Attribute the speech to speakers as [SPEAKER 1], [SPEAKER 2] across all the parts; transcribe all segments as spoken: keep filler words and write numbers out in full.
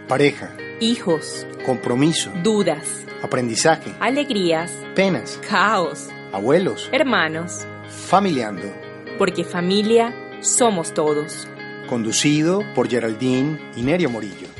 [SPEAKER 1] pareja,
[SPEAKER 2] hijos,
[SPEAKER 1] compromiso,
[SPEAKER 2] dudas,
[SPEAKER 1] aprendizaje,
[SPEAKER 2] alegrías,
[SPEAKER 1] penas,
[SPEAKER 2] caos,
[SPEAKER 1] abuelos,
[SPEAKER 2] hermanos,
[SPEAKER 1] familiando.
[SPEAKER 2] Porque familia somos todos.
[SPEAKER 1] Conducido por Geraldine y Nerio Morillo.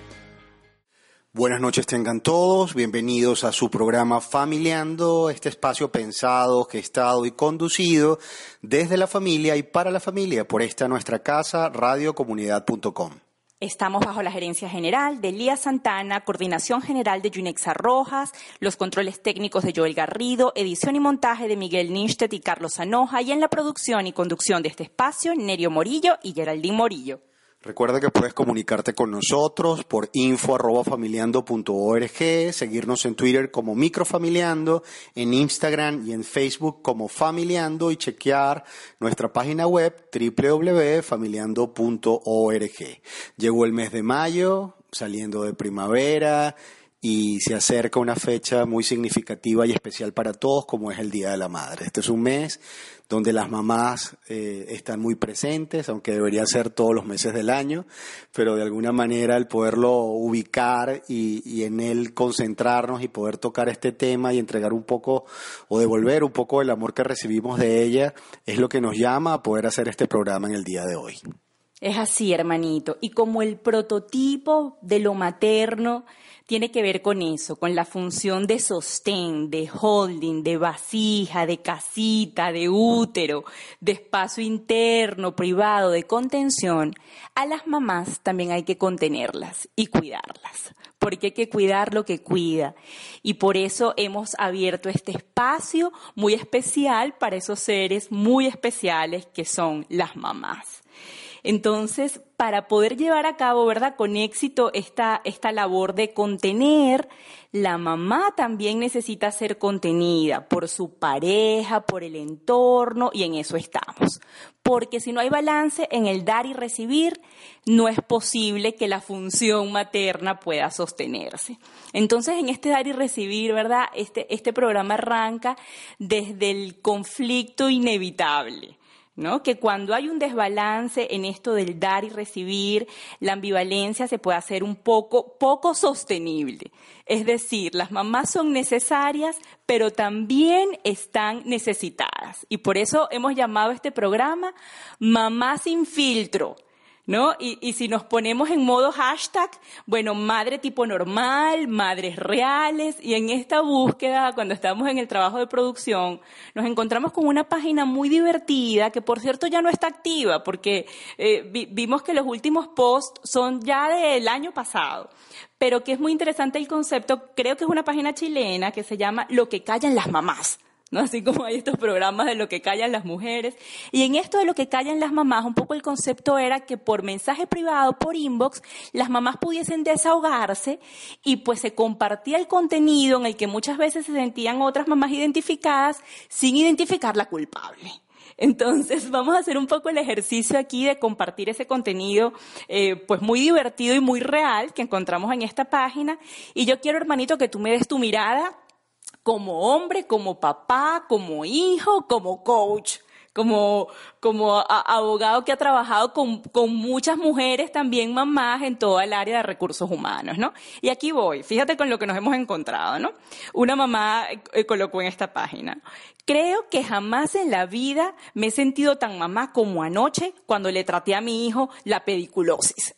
[SPEAKER 1] Buenas noches tengan todos, bienvenidos a su programa Familiando, este espacio pensado, gestado y conducido desde la familia y para la familia por esta nuestra casa, radio comunidad punto com.
[SPEAKER 2] Estamos bajo la gerencia general de Lía Santana, coordinación general de Yunexa Rojas, los controles técnicos de Joel Garrido, edición y montaje de Miguel Nistet y Carlos Anoja, y en la producción y conducción de este espacio, Nerio Morillo y Geraldine Morillo.
[SPEAKER 1] Recuerda que puedes comunicarte con nosotros por info arroba familiando punto org, seguirnos en Twitter como Microfamiliando, en Instagram y en Facebook como Familiando y chequear nuestra página web doble u doble u doble u punto familiando punto org. Llegó el mes de mayo, saliendo de primavera, y se acerca una fecha muy significativa y especial para todos, como es el Día de la Madre. Este es un mes donde las mamás eh, están muy presentes, aunque debería ser todos los meses del año, pero de alguna manera el poderlo ubicar y, y en él concentrarnos y poder tocar este tema y entregar un poco o devolver un poco del amor que recibimos de ella es lo que nos llama a poder hacer este programa en el día de hoy.
[SPEAKER 2] Es así, hermanito, y como el prototipo de lo materno tiene que ver con eso, con la función de sostén, de holding, de vasija, de casita, de útero, de espacio interno, privado, de contención, a las mamás también hay que contenerlas y cuidarlas, porque hay que cuidar lo que cuida. Y por eso hemos abierto este espacio muy especial para esos seres muy especiales que son las mamás. Entonces, para poder llevar a cabo, ¿verdad?, con éxito esta, esta labor de contener, la mamá también necesita ser contenida por su pareja, por el entorno, y en eso estamos. Porque si no hay balance en el dar y recibir, no es posible que la función materna pueda sostenerse. Entonces, en este dar y recibir, ¿verdad?, este, este programa arranca desde el conflicto inevitable, ¿no? Que cuando hay un desbalance en esto del dar y recibir, la ambivalencia se puede hacer un poco, poco sostenible. Es decir, las mamás son necesarias, pero también están necesitadas. Y por eso hemos llamado a este programa Mamá sin filtro, ¿no? Y, y si nos ponemos en modo hashtag, bueno, madre tipo normal, madres reales, y en esta búsqueda, cuando estamos en el trabajo de producción, nos encontramos con una página muy divertida, que por cierto ya no está activa, porque eh, vi, vimos que los últimos posts son ya del año pasado, pero que es muy interesante el concepto. Creo que es una página chilena que se llama Lo que callan las mamás, ¿no? Así como hay estos programas de lo que callan las mujeres. Y en esto de lo que callan las mamás, un poco el concepto era que por mensaje privado, por inbox, las mamás pudiesen desahogarse y pues se compartía el contenido en el que muchas veces se sentían otras mamás identificadas sin identificar la culpable. Entonces vamos a hacer un poco el ejercicio aquí de compartir ese contenido eh, pues muy divertido y muy real que encontramos en esta página. Y yo quiero, hermanito, que tú me des tu mirada como hombre, como papá, como hijo, como coach, como, como a, abogado que ha trabajado con, con muchas mujeres, también mamás, en toda el área de recursos humanos, ¿no? Y aquí voy, fíjate con lo que nos hemos encontrado, ¿no? Una mamá eh, colocó en esta página: creo que jamás en la vida me he sentido tan mamá como anoche cuando le traté a mi hijo la pediculosis.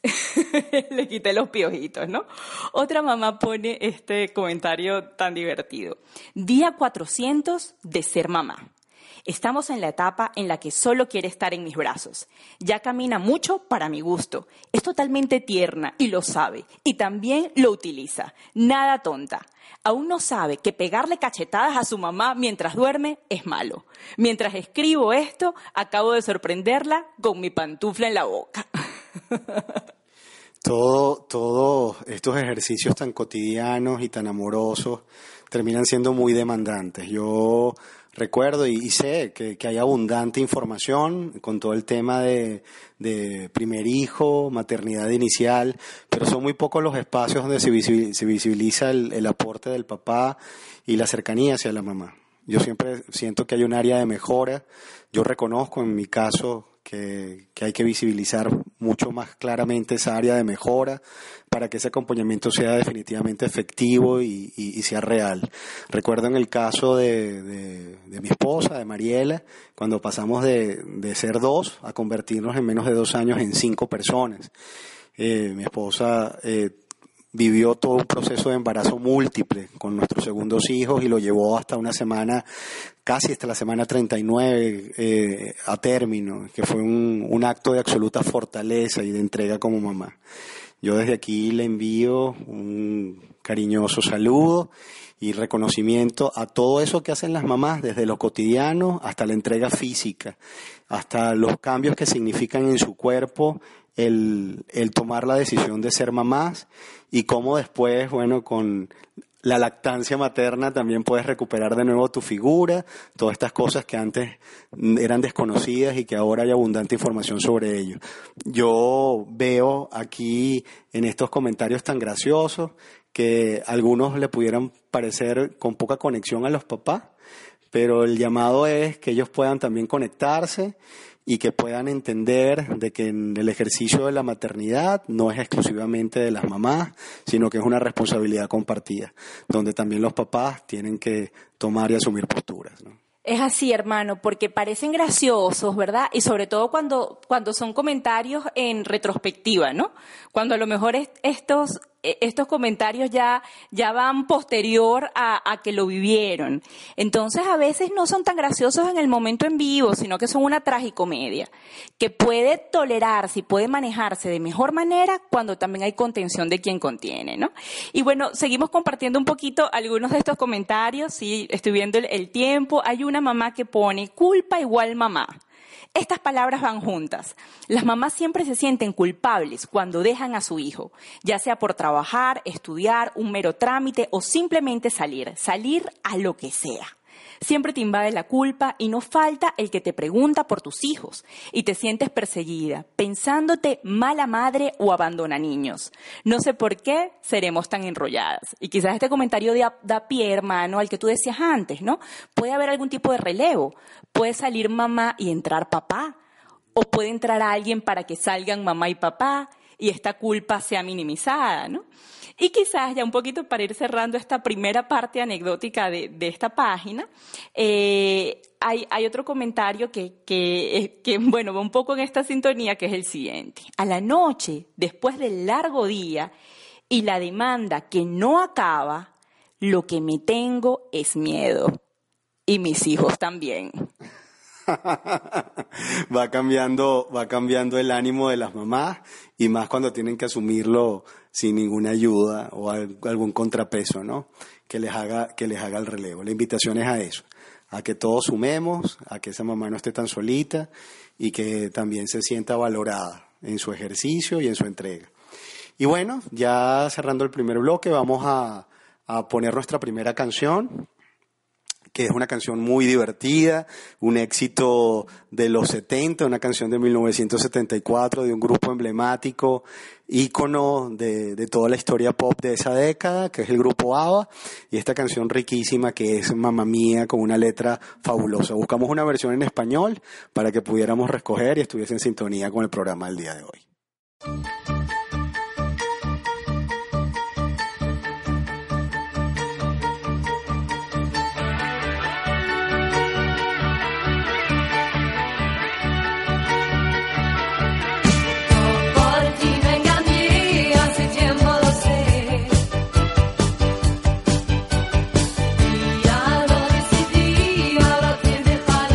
[SPEAKER 2] Le quité los piojitos, ¿no? Otra mamá pone este comentario tan divertido: día cuatrocientos de ser mamá. Estamos en la etapa en la que solo quiere estar en mis brazos. Ya camina mucho para mi gusto. Es totalmente tierna y lo sabe. Y también lo utiliza. Nada tonta. Aún no sabe que pegarle cachetadas a su mamá mientras duerme es malo. Mientras escribo esto, acabo de sorprenderla con mi pantufla en la boca.
[SPEAKER 1] Todo, todos estos ejercicios tan cotidianos y tan amorosos terminan siendo muy demandantes. Yo recuerdo y, y sé que, que hay abundante información con todo el tema de, de primer hijo, maternidad inicial, pero son muy pocos los espacios donde se visibiliza, se visibiliza el, el aporte del papá y la cercanía hacia la mamá. Yo siempre siento que hay un área de mejora. Yo reconozco en mi caso que, que hay que visibilizar mucho más claramente esa área de mejora para que ese acompañamiento sea definitivamente efectivo y, y, y sea real. Recuerdo en el caso de, de, de mi esposa, de Mariela, cuando pasamos de, de ser dos a convertirnos en menos de dos años en cinco personas. Eh, mi esposa eh, vivió todo un proceso de embarazo múltiple con nuestros segundos hijos y lo llevó hasta una semana, casi hasta la semana treinta y nueve eh, a término, que fue un, un acto de absoluta fortaleza y de entrega como mamá. Yo desde aquí le envío un cariñoso saludo y reconocimiento a todo eso que hacen las mamás, desde lo cotidiano hasta la entrega física, hasta los cambios que significan en su cuerpo el, el tomar la decisión de ser mamás y cómo después, bueno, con la lactancia materna también puedes recuperar de nuevo tu figura, todas estas cosas que antes eran desconocidas y que ahora hay abundante información sobre ello. Yo veo aquí en estos comentarios tan graciosos que a algunos le pudieran parecer con poca conexión a los papás, pero el llamado es que ellos puedan también conectarse y que puedan entender de que en el ejercicio de la maternidad no es exclusivamente de las mamás, sino que es una responsabilidad compartida, donde también los papás tienen que tomar y asumir posturas, ¿no?
[SPEAKER 2] Es así, hermano, porque parecen graciosos, ¿verdad? Y sobre todo cuando, cuando son comentarios en retrospectiva, ¿no? Cuando a lo mejor es, estos, estos comentarios ya, ya van posterior a, a que lo vivieron. Entonces, a veces no son tan graciosos en el momento en vivo, sino que son una tragicomedia que puede tolerarse y puede manejarse de mejor manera cuando también hay contención de quien contiene, ¿no? Y bueno, seguimos compartiendo un poquito algunos de estos comentarios. Sí, estoy viendo el, el tiempo. Hay una mamá que pone culpa igual mamá. Estas palabras van juntas. Las mamás siempre se sienten culpables cuando dejan a su hijo, ya sea por trabajar, estudiar, un mero trámite o simplemente salir, salir a lo que sea. Siempre te invade la culpa y no falta el que te pregunta por tus hijos y te sientes perseguida, pensándote mala madre o abandona niños. No sé por qué seremos tan enrolladas. Y quizás este comentario da, da pie, hermano, al que tú decías antes, ¿no? Puede haber algún tipo de relevo. Puede salir mamá y entrar papá. O puede entrar alguien para que salgan mamá y papá y esta culpa sea minimizada, ¿no? Y quizás ya un poquito para ir cerrando esta primera parte anecdótica de, de esta página, eh, hay, hay otro comentario que, que, que, bueno, va un poco en esta sintonía, que es el siguiente. A la noche, después del largo día y la demanda que no acaba, lo que me tengo es miedo. Y mis hijos también.
[SPEAKER 1] va cambiando, va cambiando el ánimo de las mamás y más cuando tienen que asumirlo sin ninguna ayuda o algún contrapeso, ¿no? Que les haga, que les haga el relevo. La invitación es a eso, a que todos sumemos, a que esa mamá no esté tan solita y que también se sienta valorada en su ejercicio y en su entrega. Y bueno, ya cerrando el primer bloque, vamos a, a poner nuestra primera canción, que es una canción muy divertida, un éxito de los setenta, una canción de mil novecientos setenta y cuatro de un grupo emblemático, ícono de, de toda la historia pop de esa década, que es el grupo ABBA, y esta canción riquísima que es Mamma Mía, con una letra fabulosa. Buscamos una versión en español para que pudiéramos recoger y estuviese en sintonía con el programa del día de hoy.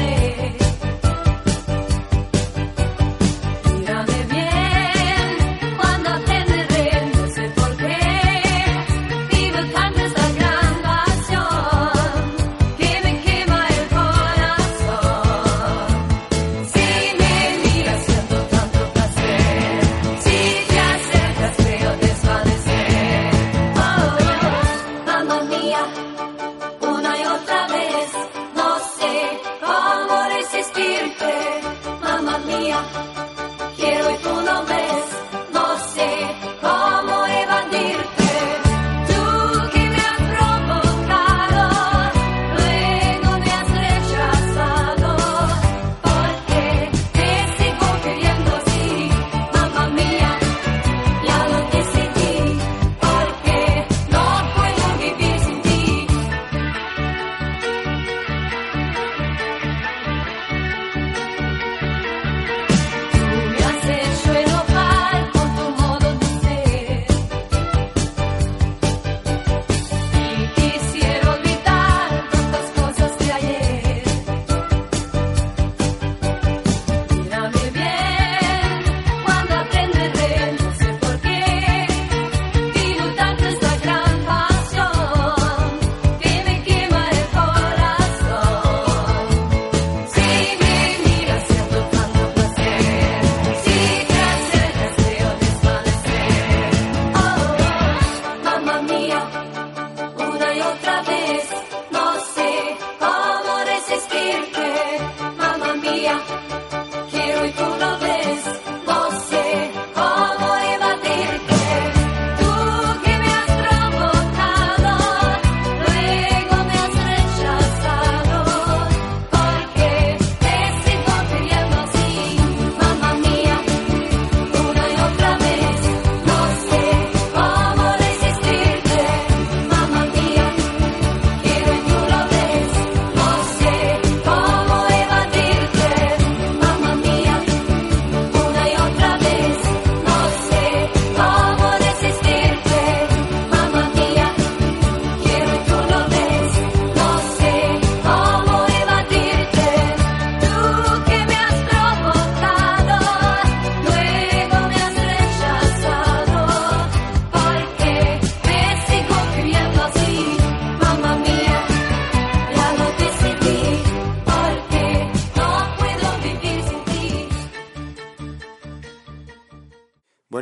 [SPEAKER 3] Mírame bien.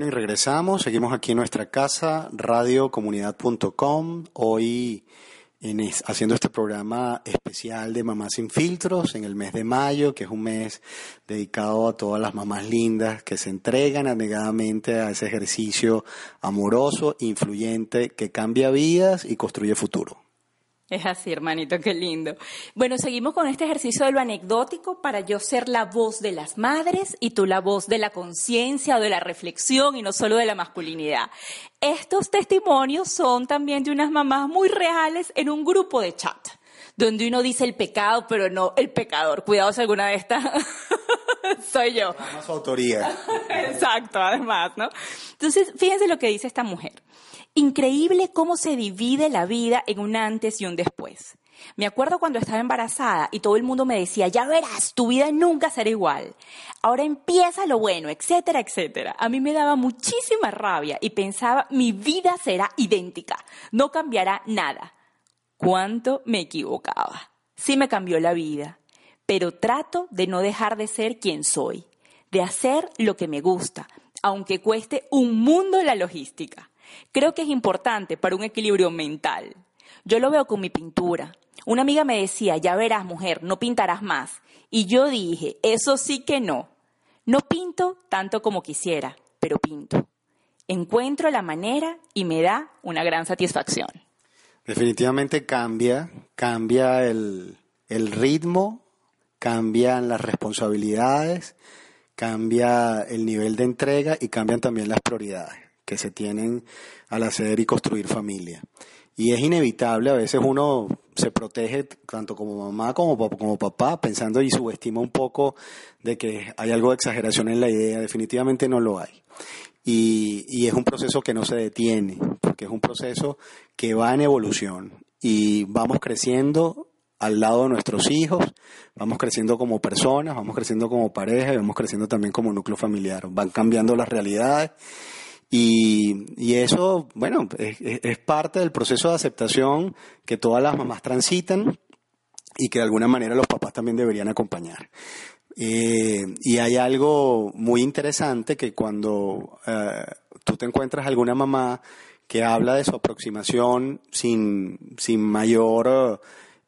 [SPEAKER 1] Bueno, y regresamos, seguimos aquí en nuestra casa, radio comunidad punto com, hoy en es, haciendo este programa especial de Mamás Sin Filtros en el mes de mayo, que es un mes dedicado a todas las mamás lindas que se entregan abnegadamente a ese ejercicio amoroso, influyente, que cambia vidas y construye futuro.
[SPEAKER 2] Es así, hermanito, qué lindo. Bueno, seguimos con este ejercicio de lo anecdótico para yo ser la voz de las madres y tú la voz de la conciencia o de la reflexión y no solo de la masculinidad. Estos testimonios son también de unas mamás muy reales en un grupo de chat, donde uno dice el pecado, pero no el pecador. Cuidado si alguna de estas soy yo.
[SPEAKER 1] Más su autoría.
[SPEAKER 2] Exacto, además, ¿no? Entonces, fíjense lo que dice esta mujer. Increíble cómo se divide la vida en un antes y un después. Me acuerdo cuando estaba embarazada y todo el mundo me decía, ya verás, tu vida nunca será igual. Ahora empieza lo bueno, etcétera, etcétera. A mí me daba muchísima rabia y pensaba, mi vida será idéntica, no cambiará nada. ¿Cuánto me equivocaba? Sí me cambió la vida, pero trato de no dejar de ser quien soy, de hacer lo que me gusta, aunque cueste un mundo la logística. Creo que es importante para un equilibrio mental. Yo lo veo con mi pintura. Una amiga me decía, ya verás, mujer, no pintarás más. Y yo dije, eso sí que no. No pinto tanto como quisiera, pero pinto. Encuentro la manera y me da una gran satisfacción.
[SPEAKER 1] Definitivamente cambia, cambia el, el ritmo, cambian las responsabilidades, cambia el nivel de entrega y cambian también las prioridades que se tienen al hacer y construir familia. Y es inevitable, a veces uno se protege tanto como mamá como, como papá, pensando y subestima un poco de que hay algo de exageración en la idea. Definitivamente no lo hay. Y, y es un proceso que no se detiene, porque es un proceso que va en evolución y vamos creciendo al lado de nuestros hijos, vamos creciendo como personas, vamos creciendo como pareja y vamos creciendo también como núcleo familiar. Van cambiando las realidades. Y, y eso, bueno, es, es parte del proceso de aceptación que todas las mamás transitan y que de alguna manera los papás también deberían acompañar. Eh, y hay algo muy interesante que cuando eh, tú te encuentras alguna mamá que habla de su aproximación sin, sin mayor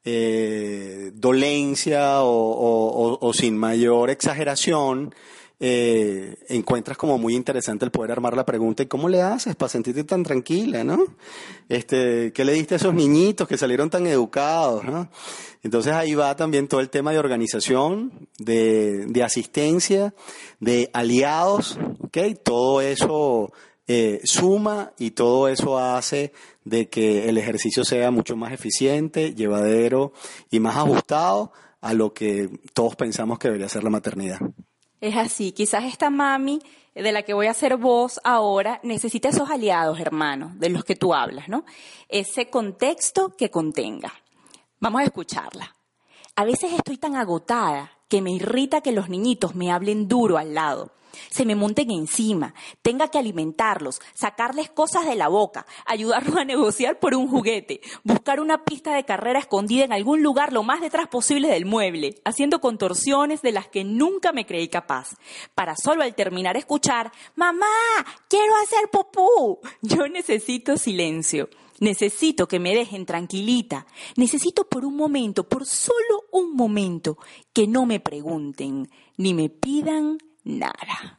[SPEAKER 1] eh, dolencia o, o, o, o sin mayor exageración, Eh, encuentras como muy interesante el poder armar la pregunta, ¿y cómo le haces para sentirte tan tranquila, no? Este, ¿qué le diste a esos niñitos que salieron tan educados, no? Entonces ahí va también todo el tema de organización, de, de asistencia, de aliados, ¿ok? Todo eso eh, suma y todo eso hace de que el ejercicio sea mucho más eficiente, llevadero y más ajustado a lo que todos pensamos que debería ser la maternidad.
[SPEAKER 2] Es así, quizás esta mami de la que voy a ser voz ahora necesita esos aliados, hermanos, de los que tú hablas, ¿no? Ese contexto que contenga. Vamos a escucharla. A veces estoy tan agotada que me irrita que los niñitos me hablen duro al lado. Se me monten encima, tenga que alimentarlos, sacarles cosas de la boca, ayudarlos a negociar por un juguete, buscar una pista de carrera escondida en algún lugar lo más detrás posible del mueble, haciendo contorsiones de las que nunca me creí capaz, para solo al terminar escuchar, ¡mamá, quiero hacer popú! Yo necesito silencio. Necesito que me dejen tranquilita. Necesito por un momento, por solo un momento, que no me pregunten ni me pidan nada.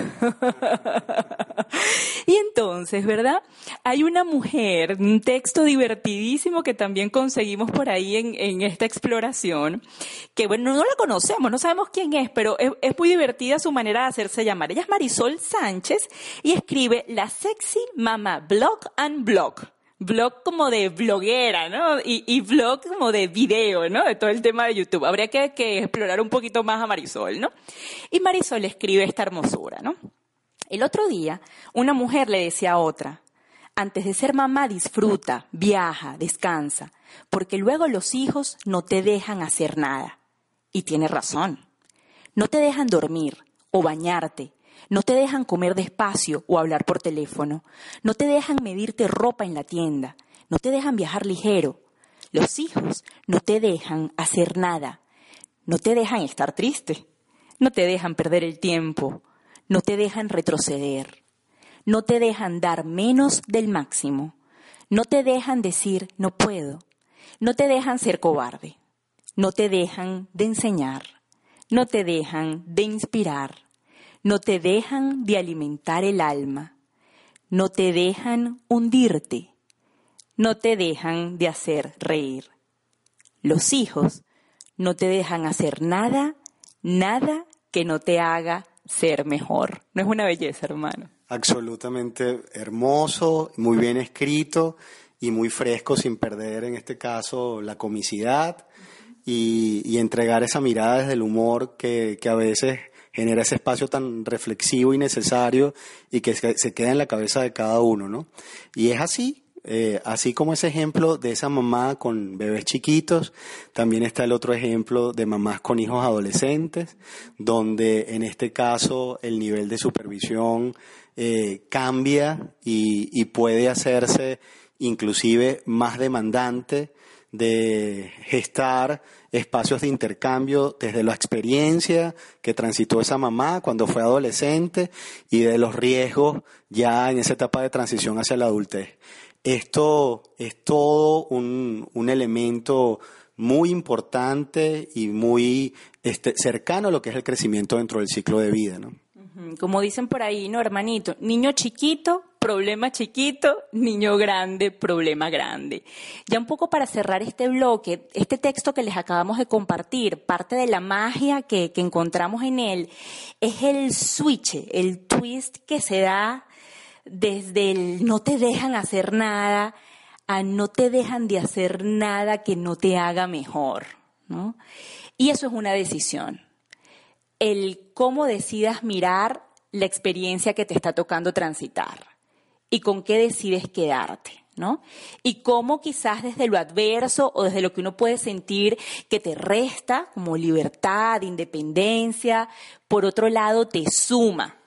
[SPEAKER 2] Y entonces, ¿verdad? Hay una mujer, un texto divertidísimo que también conseguimos por ahí en, en esta exploración, que bueno, no la conocemos, no sabemos quién es, pero es, es muy divertida su manera de hacerse llamar. Ella es Marisol Sánchez y escribe La Sexy Mama Blog and Blog. Blog como de bloguera, ¿no? Y, y blog como de video, ¿no? De todo el tema de YouTube. Habría que, que explorar un poquito más a Marisol, ¿no? Y Marisol escribe esta hermosura, ¿no? El otro día, una mujer le decía a otra, antes de ser mamá disfruta, viaja, descansa, porque luego los hijos no te dejan hacer nada. Y tiene razón. No te dejan dormir o bañarte. No te dejan comer despacio o hablar por teléfono. No te dejan medirte ropa en la tienda. No te dejan viajar ligero. Los hijos no te dejan hacer nada. No te dejan estar triste. No te dejan perder el tiempo. No te dejan retroceder. no te dejan dar menos del máximo, no te dejan decir no puedo, no te dejan ser cobarde, no te dejan de enseñar, no te dejan de inspirar, no te dejan de alimentar el alma, no te dejan hundirte, no te dejan de hacer reír. Los hijos no te dejan hacer nada, nada que no te haga ser mejor. ¿No es una belleza, hermano?
[SPEAKER 1] Absolutamente hermoso, muy bien escrito y muy fresco, sin perder en este caso la comicidad y, y entregar esa mirada desde el humor que, que a veces genera ese espacio tan reflexivo y necesario y que se, se queda en la cabeza de cada uno, ¿no? Y es así. Eh, así como ese ejemplo de esa mamá con bebés chiquitos, también está el otro ejemplo de mamás con hijos adolescentes, donde en este caso el nivel de supervisión eh, cambia y, y puede hacerse inclusive más demandante de gestar espacios de intercambio desde la experiencia que transitó esa mamá cuando fue adolescente y de los riesgos ya en esa etapa de transición hacia la adultez. Esto es todo un, un elemento muy importante y muy este, cercano a lo que es el crecimiento dentro del ciclo de vida, ¿no?
[SPEAKER 2] Como dicen por ahí, ¿no, hermanito? Niño chiquito, problema chiquito, niño grande, problema grande. Ya un poco para cerrar este bloque, este texto que les acabamos de compartir, parte de la magia que, que encontramos en él, es el switch, el twist que se da desde el no te dejan hacer nada a no te dejan de hacer nada que no te haga mejor, ¿no? Y eso es una decisión. El cómo decidas mirar la experiencia que te está tocando transitar y con qué decides quedarte, ¿no? Y cómo quizás desde lo adverso o desde lo que uno puede sentir que te resta, como libertad, independencia, por otro lado te suma.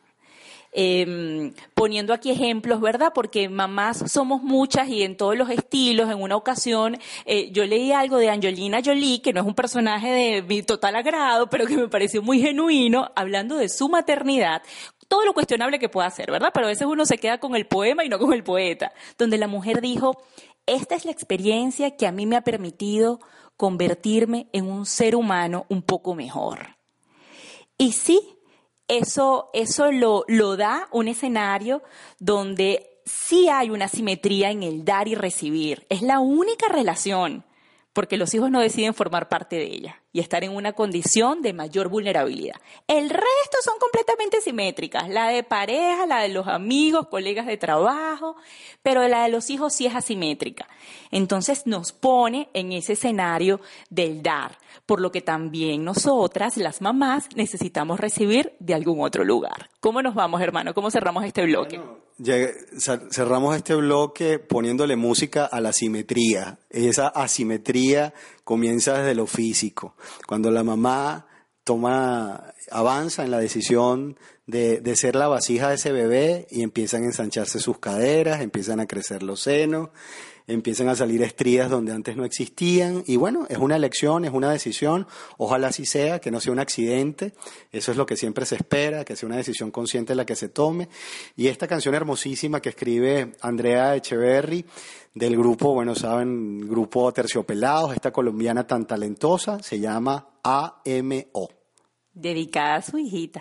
[SPEAKER 2] Eh, poniendo aquí ejemplos, ¿verdad? Porque mamás somos muchas y en todos los estilos. En una ocasión eh, yo leí algo de Angelina Jolie, que no es un personaje de mi total agrado, pero que me pareció muy genuino, hablando de su maternidad, todo lo cuestionable que pueda ser, ¿verdad? Pero a veces uno se queda con el poema y no con el poeta, donde la mujer dijo, esta es la experiencia que a mí me ha permitido convertirme en un ser humano un poco mejor. Y sí, Eso, eso lo, lo da un escenario donde sí hay una simetría en el dar y recibir. Es la única relación, porque los hijos no deciden formar parte de ella y estar en una condición de mayor vulnerabilidad. El resto son completamente simétricas, la de pareja, la de los amigos, colegas de trabajo, pero la de los hijos sí es asimétrica. Entonces nos pone en ese escenario del dar, por lo que también nosotras, las mamás, necesitamos recibir de algún otro lugar. ¿Cómo nos vamos, hermano? ¿Cómo cerramos este bloque?
[SPEAKER 1] Bueno, ya cerramos este bloque poniéndole música a la simetría. Esa asimetría comienza desde lo físico. Cuando la mamá toma, avanza en la decisión de, de ser la vasija de ese bebé y empiezan a ensancharse sus caderas, empiezan a crecer los senos, empiezan a salir estrías donde antes no existían y bueno, es una elección, es una decisión, ojalá así sea, que no sea un accidente, eso es lo que siempre se espera, que sea una decisión consciente la que se tome. Y esta canción hermosísima que escribe Andrea Echeverry del grupo, bueno, saben, grupo Terciopelados, esta colombiana tan talentosa, se llama A M O.
[SPEAKER 2] Dedicada a su hijita.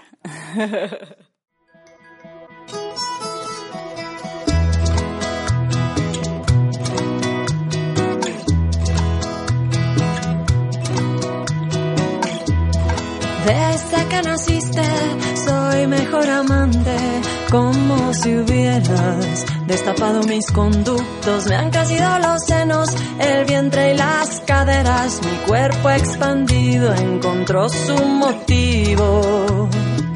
[SPEAKER 3] Desde que naciste soy mejor amante, como si hubieras destapado mis conductos. Me han crecido los senos, el vientre y las caderas, mi cuerpo expandido encontró su motivo.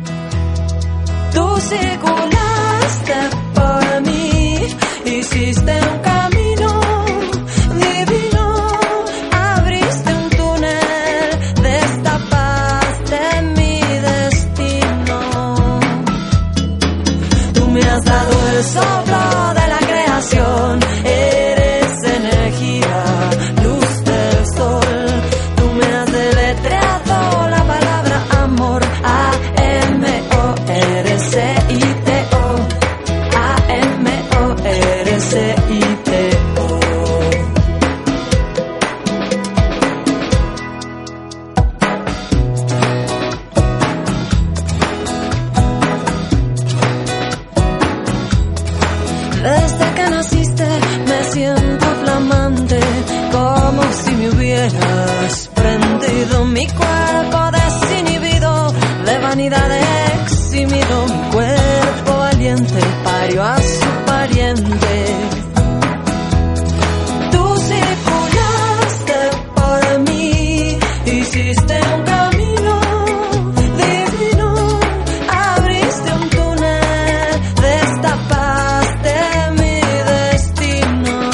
[SPEAKER 3] Tú circulaste por mí, hiciste un camino divino, abriste un túnel, destapaste mi destino. Tú me has dado el soplo de la creación, eres energía, luz del sol. Tú me has deletreado la palabra amor, A M O R C I T O, A S I T O. Desde que naciste me siento flamante, como si me hubieras prendido mi cuerpo desinhibido, de vanidad eximido, mi cuerpo valiente parió a su pariente. Tú circulaste por mí, hiciste un camino divino, abriste un túnel, destapaste mi destino.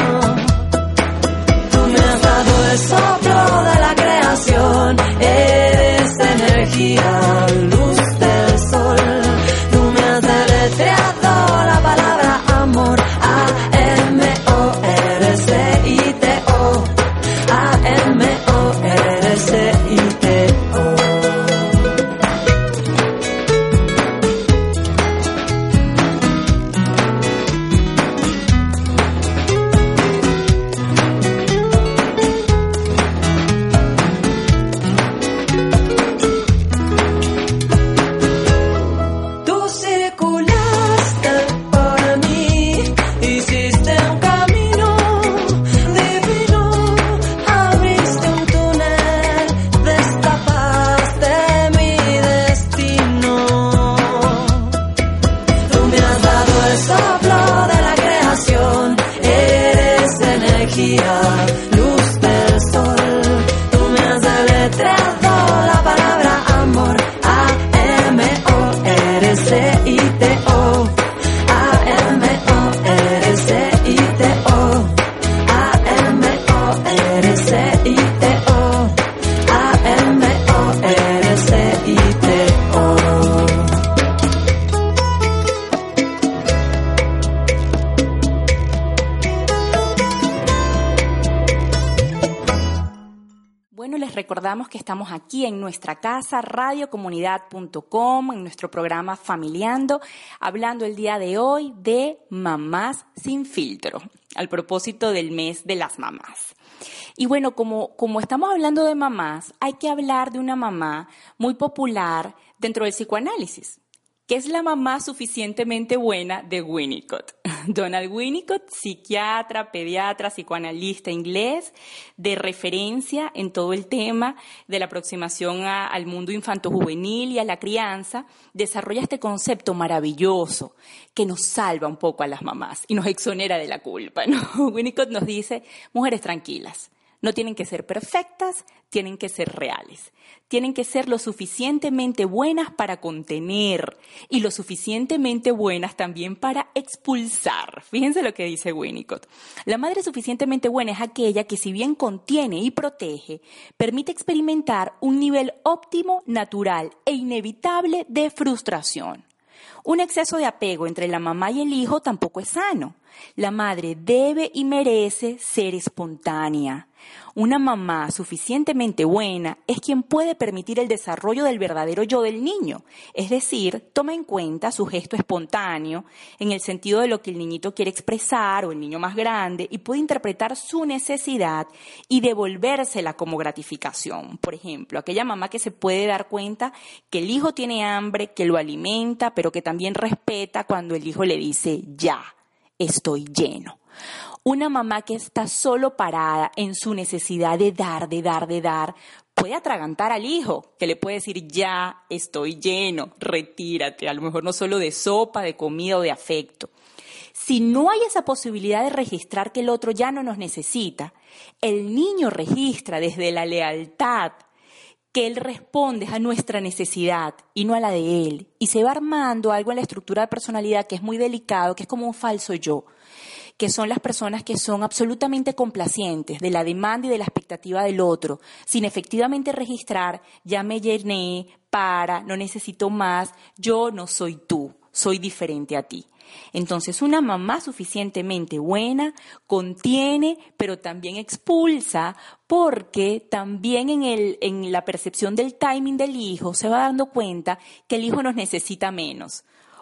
[SPEAKER 3] Tú me has dado el soplo de la creación, eres energía, luz del sol. Tú me has deletreado la palabra amor, A M O R C I T O, A M O R C I T O. Tú circulaste por mí, hiciste un camino divino, abriste un túnel, destapaste mi destino. Tú me has dado el soplo de la creación, eres energía, luz del sol. Tú me has deletreado la palabra amor, A M O R C I T O, A M O R C I T O, A M O R C I T O, A M O R C I T O.
[SPEAKER 2] Bueno, les recordamos que estamos aquí en nuestra casa, radio comunidad punto com, en nuestro programa Familiando, hablando el día de hoy de mamás sin filtro, al propósito del mes de las mamás. Y bueno, como, como estamos hablando de mamás, hay que hablar de una mamá muy popular dentro del psicoanálisis, que es la mamá suficientemente buena de Winnicott. Donald Winnicott, psiquiatra, pediatra, psicoanalista inglés, de referencia en todo el tema de la aproximación a, al mundo infanto-juvenil y a la crianza, desarrolla este concepto maravilloso que nos salva un poco a las mamás y nos exonera de la culpa, ¿no? Winnicott nos dice, mujeres tranquilas, no tienen que ser perfectas, tienen que ser reales. Tienen que ser lo suficientemente buenas para contener y lo suficientemente buenas también para expulsar. Fíjense lo que dice Winnicott. La madre suficientemente buena es aquella que, si bien contiene y protege, permite experimentar un nivel óptimo, natural e inevitable de frustración. Un exceso de apego entre la mamá y el hijo tampoco es sano. La madre debe y merece ser espontánea. Una mamá suficientemente buena es quien puede permitir el desarrollo del verdadero yo del niño, es decir, toma en cuenta su gesto espontáneo en el sentido de lo que el niñito quiere expresar o el niño más grande y puede interpretar su necesidad y devolvérsela como gratificación. Por ejemplo, aquella mamá que se puede dar cuenta que el hijo tiene hambre, que lo alimenta, pero que también respeta cuando el hijo le dice ya, estoy lleno. Una mamá que está solo parada en su necesidad de dar, de dar, de dar, puede atragantar al hijo, que le puede decir, ya estoy lleno, retírate, a lo mejor no solo de sopa, de comida o de afecto. Si no hay esa posibilidad de registrar que el otro ya no nos necesita, el niño registra desde la lealtad que él responde a nuestra necesidad y no a la de él, y se va armando algo en la estructura de personalidad que es muy delicado, que es como un falso yo, que son las personas que son absolutamente complacientes de la demanda y de la expectativa del otro, sin efectivamente registrar, ya me llené, para, no necesito más, yo no soy tú, soy diferente a ti. Entonces, una mamá suficientemente buena contiene, pero también expulsa, porque también en, el, en la percepción del timing del hijo se va dando cuenta que el hijo nos necesita menos.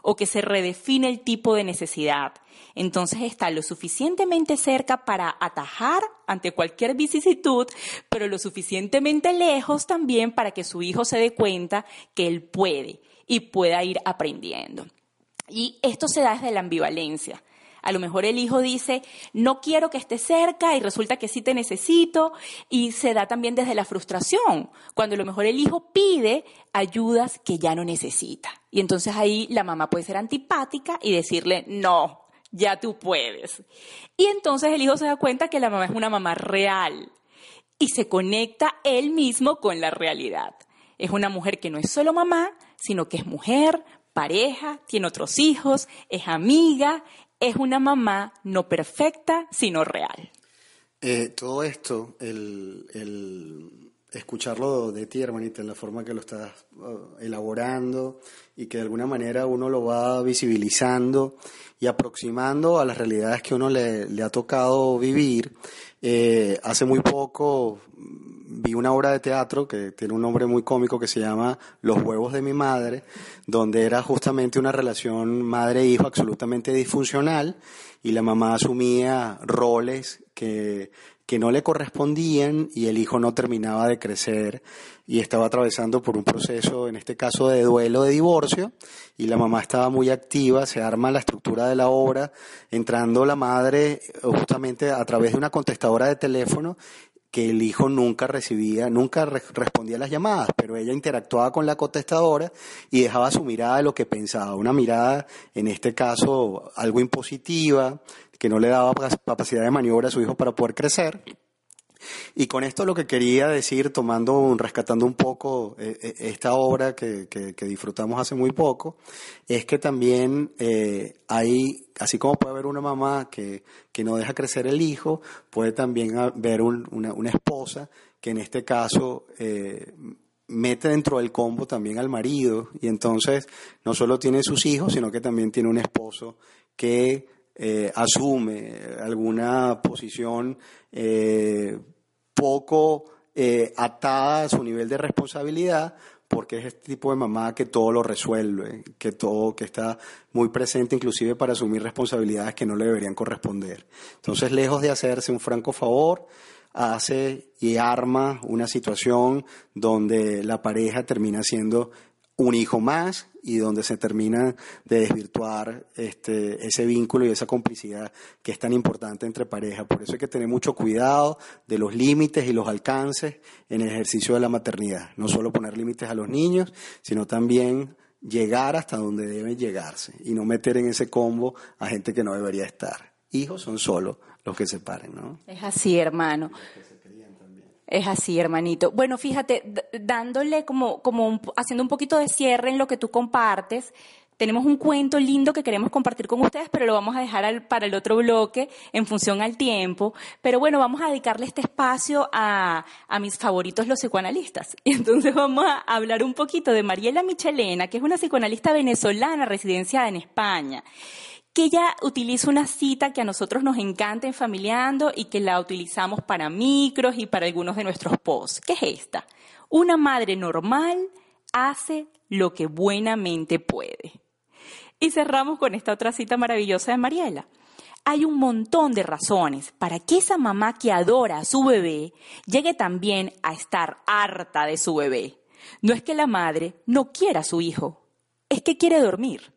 [SPEAKER 2] o que se redefine el tipo de necesidad. Entonces está lo suficientemente cerca para atajar ante cualquier vicisitud, pero lo suficientemente lejos también para que su hijo se dé cuenta que él puede y pueda ir aprendiendo. Y esto se da desde la ambivalencia. A lo mejor el hijo dice, no quiero que estés cerca, y resulta que sí te necesito, y se da también desde la frustración, cuando a lo mejor el hijo pide ayudas que ya no necesita. Y entonces ahí la mamá puede ser antipática y decirle, no, ya tú puedes. Y entonces el hijo se da cuenta que la mamá es una mamá real y se conecta él mismo con la realidad. Es una mujer que no es solo mamá, sino que es mujer, pareja, tiene otros hijos, es amiga. Es una mamá no perfecta, sino real.
[SPEAKER 1] Eh, todo esto, el, el escucharlo de ti, hermanita, en la forma que lo estás uh, elaborando y que de alguna manera uno lo va visibilizando y aproximando a las realidades que uno le, le ha tocado vivir. Eh, hace muy poco vi una obra de teatro que tiene un nombre muy cómico que se llama Los huevos de mi madre, donde era justamente una relación madre-hijo absolutamente disfuncional y la mamá asumía roles que, que no le correspondían y el hijo no terminaba de crecer y estaba atravesando por un proceso, en este caso de duelo, de divorcio, y la mamá estaba muy activa. Se arma la estructura de la obra, entrando la madre justamente a través de una contestadora de teléfono que el hijo nunca recibía, nunca re- respondía a las llamadas, pero ella interactuaba con la contestadora y dejaba su mirada de lo que pensaba, una mirada, en este caso, algo impositiva, que no le daba capacidad de maniobra a su hijo para poder crecer. Y con esto lo que quería decir, tomando, rescatando un poco eh, esta obra que, que, que disfrutamos hace muy poco, es que también eh, hay, así como puede haber una mamá que, que no deja crecer el hijo, puede también haber un, una, una esposa que en este caso eh, mete dentro del combo también al marido, y entonces no solo tiene sus hijos, sino que también tiene un esposo que eh, asume alguna posición eh, poco eh, atada a su nivel de responsabilidad, porque es este tipo de mamá que todo lo resuelve, que todo, que está muy presente inclusive para asumir responsabilidades que no le deberían corresponder. Entonces, lejos de hacerse un franco favor, hace y arma una situación donde la pareja termina siendo un hijo más y donde se termina de desvirtuar este, ese vínculo y esa complicidad que es tan importante entre parejas. Por eso hay que tener mucho cuidado de los límites y los alcances en el ejercicio de la maternidad. No solo poner límites a los niños, sino también llegar hasta donde deben llegarse y no meter en ese combo a gente que no debería estar. Hijos son solo los que se paren, ¿no?
[SPEAKER 2] Es así, hermano. Es así, hermanito. Bueno, fíjate, d- dándole como, como un, haciendo un poquito de cierre en lo que tú compartes, tenemos un cuento lindo que queremos compartir con ustedes, pero lo vamos a dejar al, para el otro bloque en función al tiempo. Pero bueno, vamos a dedicarle este espacio a, a mis favoritos, los psicoanalistas. Y entonces vamos a hablar un poquito de Mariela Michelena, que es una psicoanalista venezolana residenciada en España, que ella utiliza una cita que a nosotros nos encanta en Familiando y que la utilizamos para micros y para algunos de nuestros posts. ¿Qué es esta? Una madre normal hace lo que buenamente puede. Y cerramos con esta otra cita maravillosa de Mariela. Hay un montón de razones para que esa mamá que adora a su bebé llegue también a estar harta de su bebé. No es que la madre no quiera a su hijo, es que quiere dormir.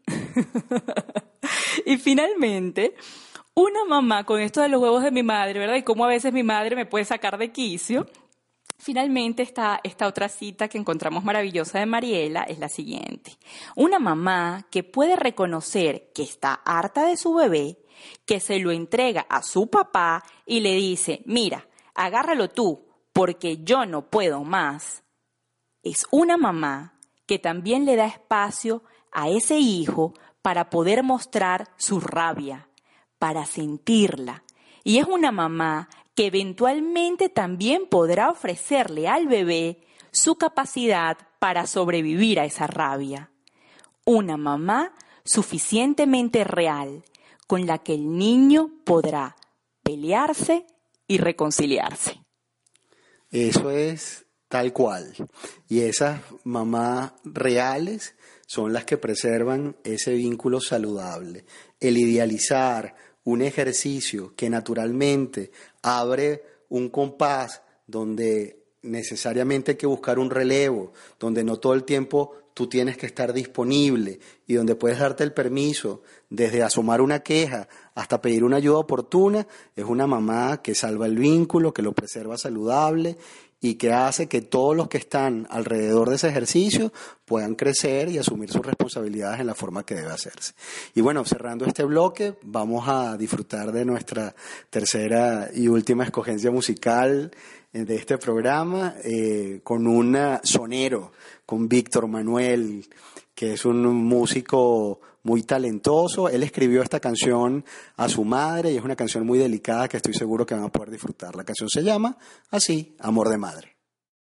[SPEAKER 2] Y finalmente, una mamá, con esto de los huevos de mi madre, ¿verdad? Y cómo a veces mi madre me puede sacar de quicio. Finalmente, esta, esta otra cita que encontramos maravillosa de Mariela es la siguiente. Una mamá que puede reconocer que está harta de su bebé, que se lo entrega a su papá y le dice, mira, agárralo tú, porque yo no puedo más. Es una mamá que también le da espacio a ese hijo para poder mostrar su rabia, para sentirla. Y es una mamá que eventualmente también podrá ofrecerle al bebé su capacidad para sobrevivir a esa rabia. Una mamá suficientemente real, con la que el niño podrá pelearse y reconciliarse.
[SPEAKER 1] Eso es Tal cual. Y esas mamás reales son las que preservan ese vínculo saludable. El idealizar un ejercicio que naturalmente abre un compás donde necesariamente hay que buscar un relevo, donde no todo el tiempo tú tienes que estar disponible y donde puedes darte el permiso desde asomar una queja hasta pedir una ayuda oportuna, es una mamá que salva el vínculo, que lo preserva saludable y que hace que todos los que están alrededor de ese ejercicio puedan crecer y asumir sus responsabilidades en la forma que debe hacerse. Y bueno, cerrando este bloque, vamos a disfrutar de nuestra tercera y última escogencia musical de este programa, eh, con un sonero, con Víctor Manuel, que es un músico muy talentoso. Él escribió esta canción a su madre y es una canción muy delicada que estoy seguro que van a poder disfrutar. La canción se llama así, Amor de Madre.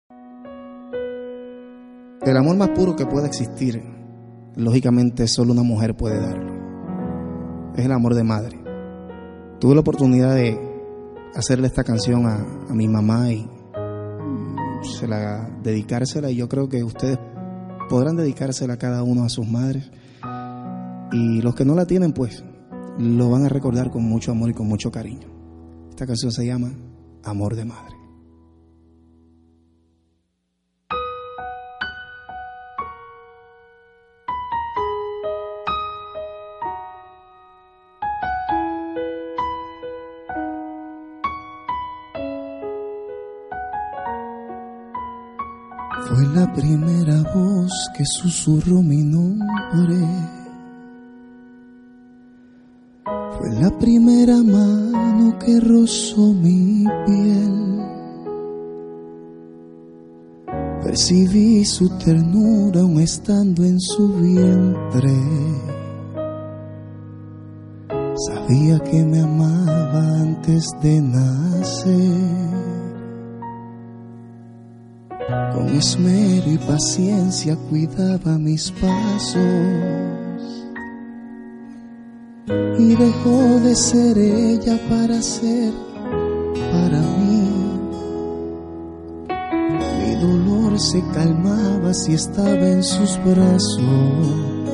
[SPEAKER 4] El amor más puro que pueda existir, lógicamente solo una mujer puede darlo. Es el amor de madre. Tuve la oportunidad de hacerle esta canción a, a mi mamá y se la, dedicársela, y yo creo que ustedes podrán dedicársela a cada uno a sus madres, y los que no la tienen pues lo van a recordar con mucho amor y con mucho cariño. Esta canción se llama Amor de Madre.
[SPEAKER 5] Fue la primera voz que susurró mi nombre. Fue la primera mano que rozó mi piel. Percibí su ternura aún estando en su vientre. Sabía que me amaba antes de nacer. Con esmero y paciencia cuidaba mis pasos y dejó de ser ella para ser para mí. Mi dolor se calmaba si estaba en sus brazos.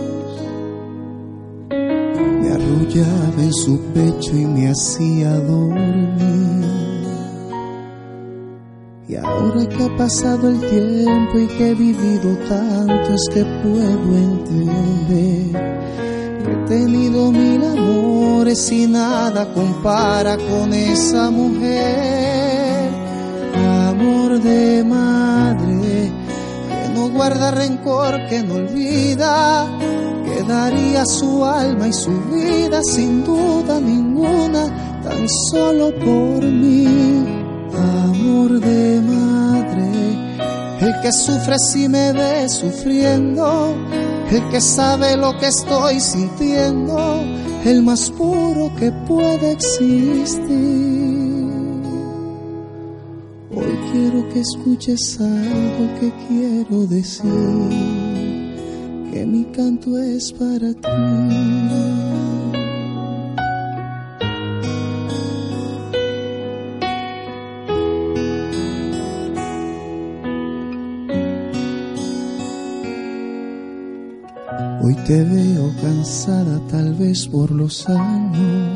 [SPEAKER 5] Me arrullaba en su pecho y me hacía dormir. Y ahora que ha pasado el tiempo y que he vivido tanto, es que puedo entender que he tenido mil amores y nada compara con esa mujer. Amor de madre, que no guarda rencor, que no olvida, que daría su alma y su vida sin duda ninguna, tan solo por mí. Amor de madre, el que sufre si me ve sufriendo, el que sabe lo que estoy sintiendo, el más puro que puede existir. Hoy quiero que escuches algo que quiero decir, que mi canto es para ti. Hoy te veo cansada tal vez por los años,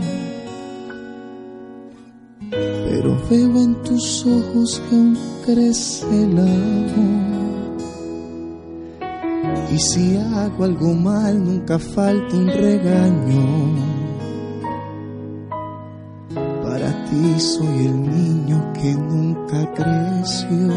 [SPEAKER 5] pero veo en tus ojos que aún crece el amor. Y si hago algo mal nunca falta un regaño. Para ti soy el niño que nunca creció.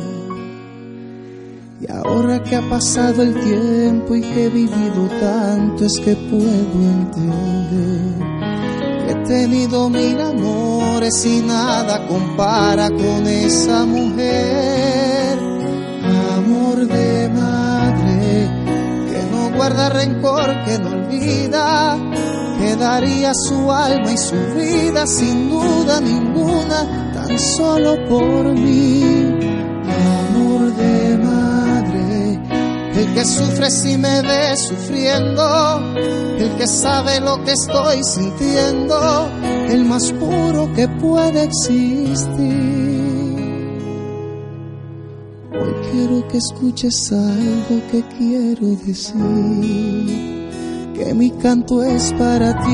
[SPEAKER 5] Y ahora que ha pasado el tiempo y que he vivido tanto, es que puedo entender que he tenido mil amores y nada compara con esa mujer. Amor de madre, que no guarda rencor, que no olvida, que daría su alma y su vida sin duda ninguna, tan solo por mí. Amor de madre, el que sufre si me ve sufriendo, el que sabe lo que estoy sintiendo, el más puro que puede existir. Hoy quiero que escuches algo que quiero decir, que mi canto es para ti.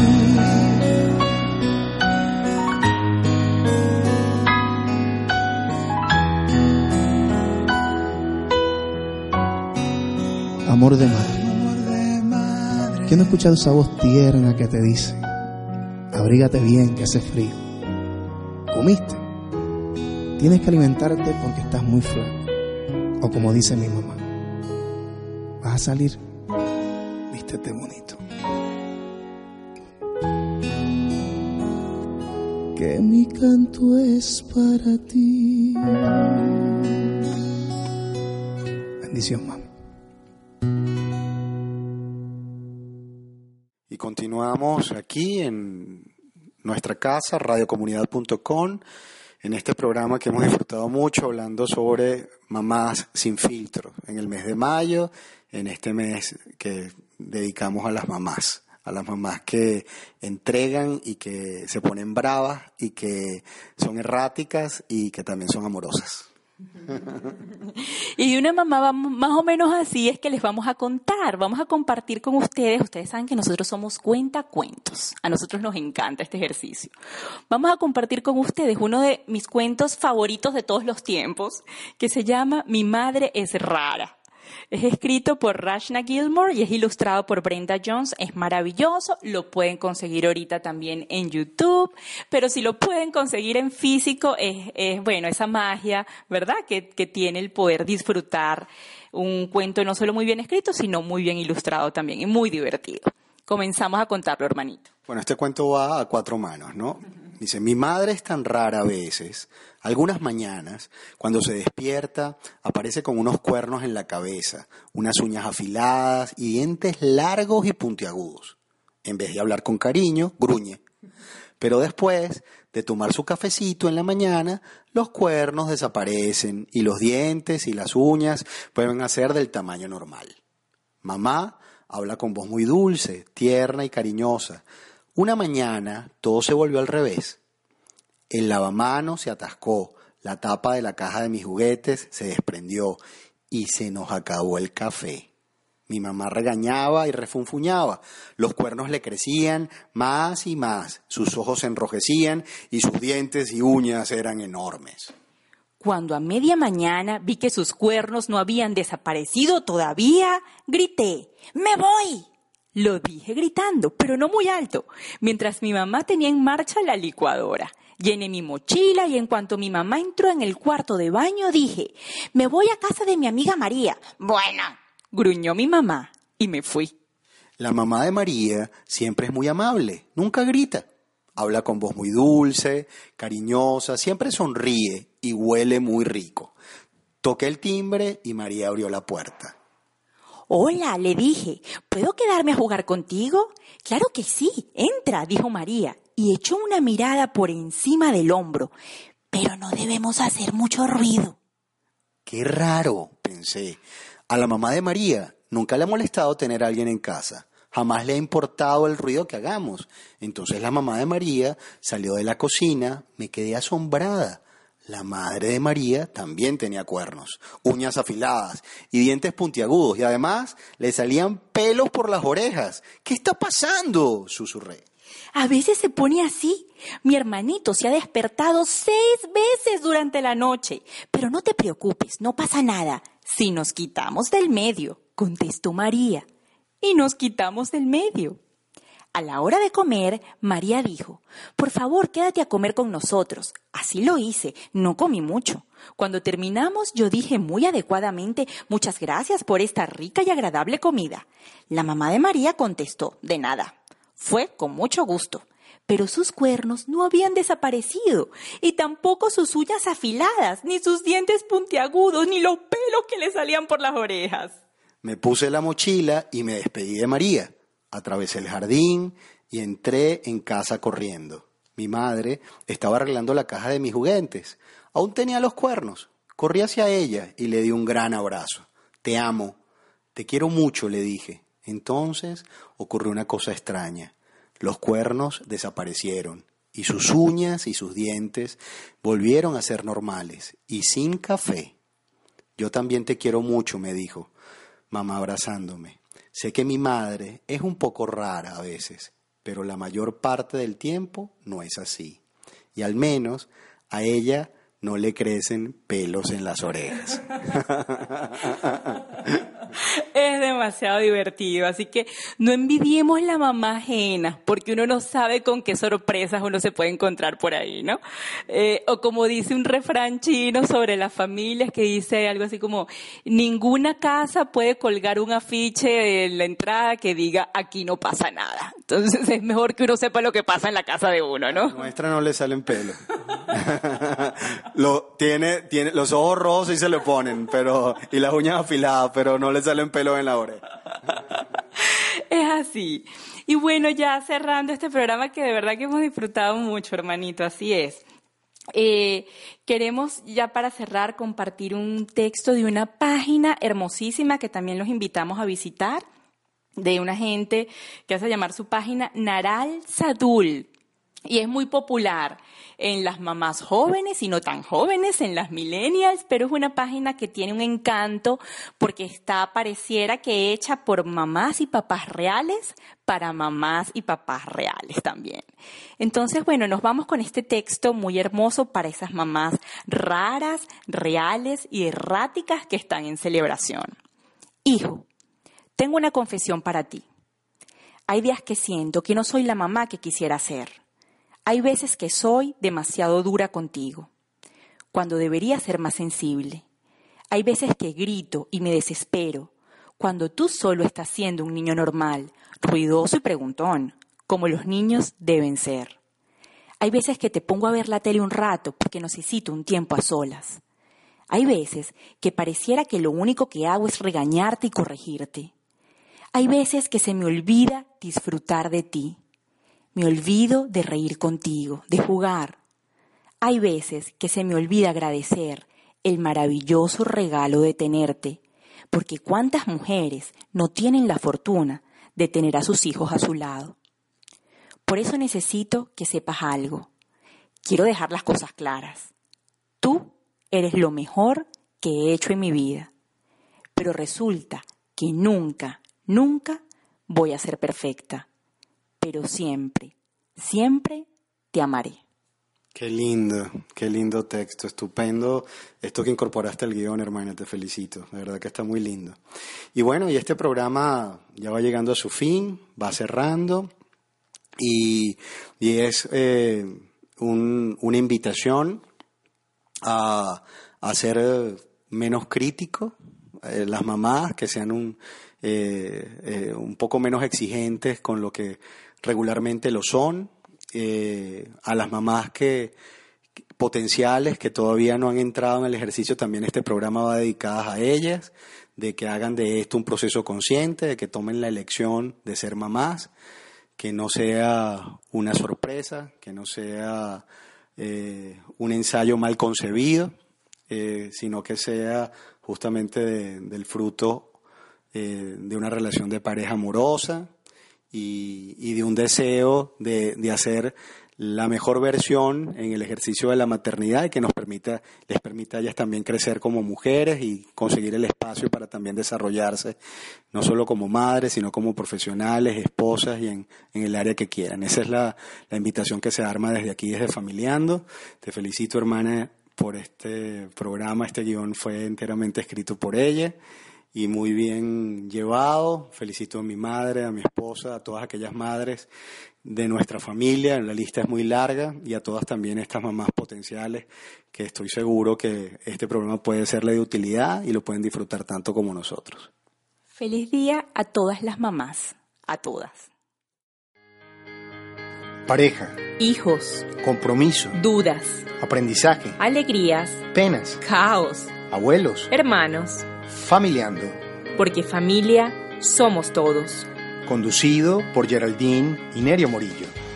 [SPEAKER 4] Amor de madre. ¿Quién no ha escuchado esa voz tierna que te dice: abrígate bien, que hace frío? ¿Comiste? Tienes que alimentarte porque estás muy flaco. O como dice mi mamá: vas a salir, vístete bonito.
[SPEAKER 5] Que mi canto es para ti.
[SPEAKER 4] Bendición, mamá.
[SPEAKER 1] Y continuamos aquí en nuestra casa, radio comunidad punto com, en este programa que hemos disfrutado mucho, hablando sobre mamás sin filtro, en el mes de mayo, en este mes que dedicamos a las mamás, a las mamás que entregan y que se ponen bravas y que son erráticas y que también son amorosas.
[SPEAKER 2] Y de una mamá más o menos así es que les vamos a contar, vamos a compartir con ustedes. Ustedes saben que nosotros somos cuentacuentos, a nosotros nos encanta este ejercicio. Vamos a compartir con ustedes uno de mis cuentos favoritos de todos los tiempos, que se llama Mi madre es rara. Es escrito por Rachna Gilmore y es ilustrado por Brenda Jones. Es maravilloso, lo pueden conseguir ahorita también en YouTube, pero si lo pueden conseguir en físico, es, es bueno, esa magia, ¿verdad?, que, que tiene el poder disfrutar un cuento no solo muy bien escrito, sino muy bien ilustrado también y muy divertido. Comenzamos a contarlo, hermanito.
[SPEAKER 1] Bueno, este cuento va a cuatro manos, ¿no? Dice: mi madre es tan rara a veces, algunas mañanas, cuando se despierta, aparece con unos cuernos en la cabeza, unas uñas afiladas y dientes largos y puntiagudos. En vez de hablar con cariño, gruñe. Pero después de tomar su cafecito en la mañana, los cuernos desaparecen y los dientes y las uñas pueden ser del tamaño normal. Mamá habla con voz muy dulce, tierna y cariñosa. Una mañana todo se volvió al revés. El lavamanos se atascó, la tapa de la caja de mis juguetes se desprendió y se nos acabó el café. Mi mamá regañaba y refunfuñaba. Los cuernos le crecían más y más, sus ojos se enrojecían y sus dientes y uñas eran enormes.
[SPEAKER 2] Cuando a media mañana vi que sus cuernos no habían desaparecido todavía, grité: ¡me voy! Lo dije gritando, pero no muy alto, mientras mi mamá tenía en marcha la licuadora. Llené mi mochila y en cuanto mi mamá entró en el cuarto de baño dije: me voy a casa de mi amiga María. Bueno, gruñó mi mamá y me fui.
[SPEAKER 1] La mamá de María siempre es muy amable, nunca grita. Habla con voz muy dulce, cariñosa, siempre sonríe y huele muy rico. Toqué el timbre y María abrió la puerta.
[SPEAKER 2] Hola, le dije, ¿puedo quedarme a jugar contigo? Claro que sí, entra, dijo María, y echó una mirada por encima del hombro. Pero no debemos hacer mucho ruido.
[SPEAKER 1] Qué raro, pensé. A la mamá de María nunca le ha molestado tener a alguien en casa. Jamás le ha importado el ruido que hagamos. Entonces la mamá de María salió de la cocina, me quedé asombrada. La madre de María también tenía cuernos, uñas afiladas y dientes puntiagudos, y además le salían pelos por las orejas. ¿Qué está pasando?, susurré.
[SPEAKER 2] A veces se pone así. Mi hermanito se ha despertado seis veces durante la noche. Pero no te preocupes, no pasa nada. Si nos quitamos del medio, contestó María. Y nos quitamos del medio. A la hora de comer, María dijo: por favor, quédate a comer con nosotros. Así lo hice, no comí mucho. Cuando terminamos, yo dije muy adecuadamente: muchas gracias por esta rica y agradable comida. La mamá de María contestó: de nada. Fue con mucho gusto. Pero sus cuernos no habían desaparecido, y tampoco sus uñas afiladas, ni sus dientes puntiagudos, ni los pelos que le salían por las orejas.
[SPEAKER 1] Me puse la mochila y me despedí de María. Atravesé el jardín y entré en casa corriendo. Mi madre estaba arreglando la caja de mis juguetes. Aún tenía los cuernos. Corrí hacia ella y le di un gran abrazo. Te amo, te quiero mucho, le dije. Entonces ocurrió una cosa extraña. Los cuernos desaparecieron y sus uñas y sus dientes volvieron a ser normales y sin café. Yo también te quiero mucho, me dijo, mamá abrazándome. Sé que mi madre es un poco rara a veces, pero la mayor parte del tiempo no es así. Y al menos a ella no le crecen pelos en las orejas.
[SPEAKER 2] Es demasiado divertido, así que no envidiemos la mamá ajena, porque uno no sabe con qué sorpresas uno se puede encontrar por ahí, ¿no? Eh, o como dice un refrán chino sobre las familias, que dice algo así como, ninguna casa puede colgar un afiche en la entrada que diga, aquí no pasa nada. Entonces es mejor que uno sepa lo que pasa en la casa de uno, ¿no?
[SPEAKER 1] A la nuestra no le salen pelos. Lo, tiene, tiene los ojos rojos y se le ponen, pero, y las uñas afiladas, pero no le salen pelos en la oreja.
[SPEAKER 2] Es así. Y bueno, ya cerrando este programa que de verdad que hemos disfrutado mucho, hermanito, así es. Eh, queremos ya para cerrar compartir un texto de una página hermosísima que también los invitamos a visitar, de una gente que hace llamar su página Naral Sadul. Y es muy popular en las mamás jóvenes y no tan jóvenes, en las millennials, pero es una página que tiene un encanto porque está, pareciera que hecha por mamás y papás reales para mamás y papás reales también. Entonces, bueno, nos vamos con este texto muy hermoso para esas mamás raras, reales y erráticas que están en celebración. Hijo, tengo una confesión para ti. Hay días que siento que no soy la mamá que quisiera ser. Hay veces que soy demasiado dura contigo, cuando debería ser más sensible. Hay veces que grito y me desespero, cuando tú solo estás siendo un niño normal, ruidoso y preguntón, como los niños deben ser. Hay veces que te pongo a ver la tele un rato porque necesito un tiempo a solas. Hay veces que pareciera que lo único que hago es regañarte y corregirte. Hay veces que se me olvida disfrutar de ti. Me olvido de reír contigo, de jugar. Hay veces que se me olvida agradecer el maravilloso regalo de tenerte, porque cuántas mujeres no tienen la fortuna de tener a sus hijos a su lado. Por eso necesito que sepas algo. Quiero dejar las cosas claras. Tú eres lo mejor que he hecho en mi vida, pero resulta que nunca, nunca voy a ser perfecta. Pero siempre, siempre te amaré.
[SPEAKER 1] Qué lindo, qué lindo texto, estupendo. Esto que incorporaste al guión, hermana, te felicito. De verdad que está muy lindo. Y bueno, y este programa ya va llegando a su fin, va cerrando. Y, y es eh, un, una invitación a, a ser menos crítico. Eh, las mamás que sean un, eh, eh, un poco menos exigentes con lo que regularmente lo son, eh, a las mamás que potenciales que todavía no han entrado en el ejercicio, también este programa va dedicado a ellas, de que hagan de esto un proceso consciente, de que tomen la elección de ser mamás, que no sea una sorpresa, que no sea eh, un ensayo mal concebido, eh, sino que sea justamente de, del fruto eh, de una relación de pareja amorosa, Y, y de un deseo de, de hacer la mejor versión en el ejercicio de la maternidad y que nos permita, les permita a ellas también crecer como mujeres y conseguir el espacio para también desarrollarse, no solo como madres, sino como profesionales, esposas y en, en el área que quieran. Esa es la, la invitación que se arma desde aquí, desde Familiando. Te felicito, hermana, por este programa. Este guión fue enteramente escrito por ella y muy bien llevado. Felicito a mi madre, a mi esposa, a todas aquellas madres de nuestra familia. La lista es muy larga, y a todas también estas mamás potenciales que estoy seguro que este programa puede serle de utilidad y lo pueden disfrutar tanto como nosotros.
[SPEAKER 2] Feliz día a todas las mamás, a todas.
[SPEAKER 1] Pareja,
[SPEAKER 2] Hijos,
[SPEAKER 1] compromiso,
[SPEAKER 2] dudas,
[SPEAKER 1] aprendizaje,
[SPEAKER 2] alegrías,
[SPEAKER 1] penas,
[SPEAKER 2] caos,
[SPEAKER 1] abuelos,
[SPEAKER 2] hermanos,
[SPEAKER 1] Familiando,
[SPEAKER 2] porque familia somos todos.
[SPEAKER 1] conducido por Geraldine y Nerio Morillo.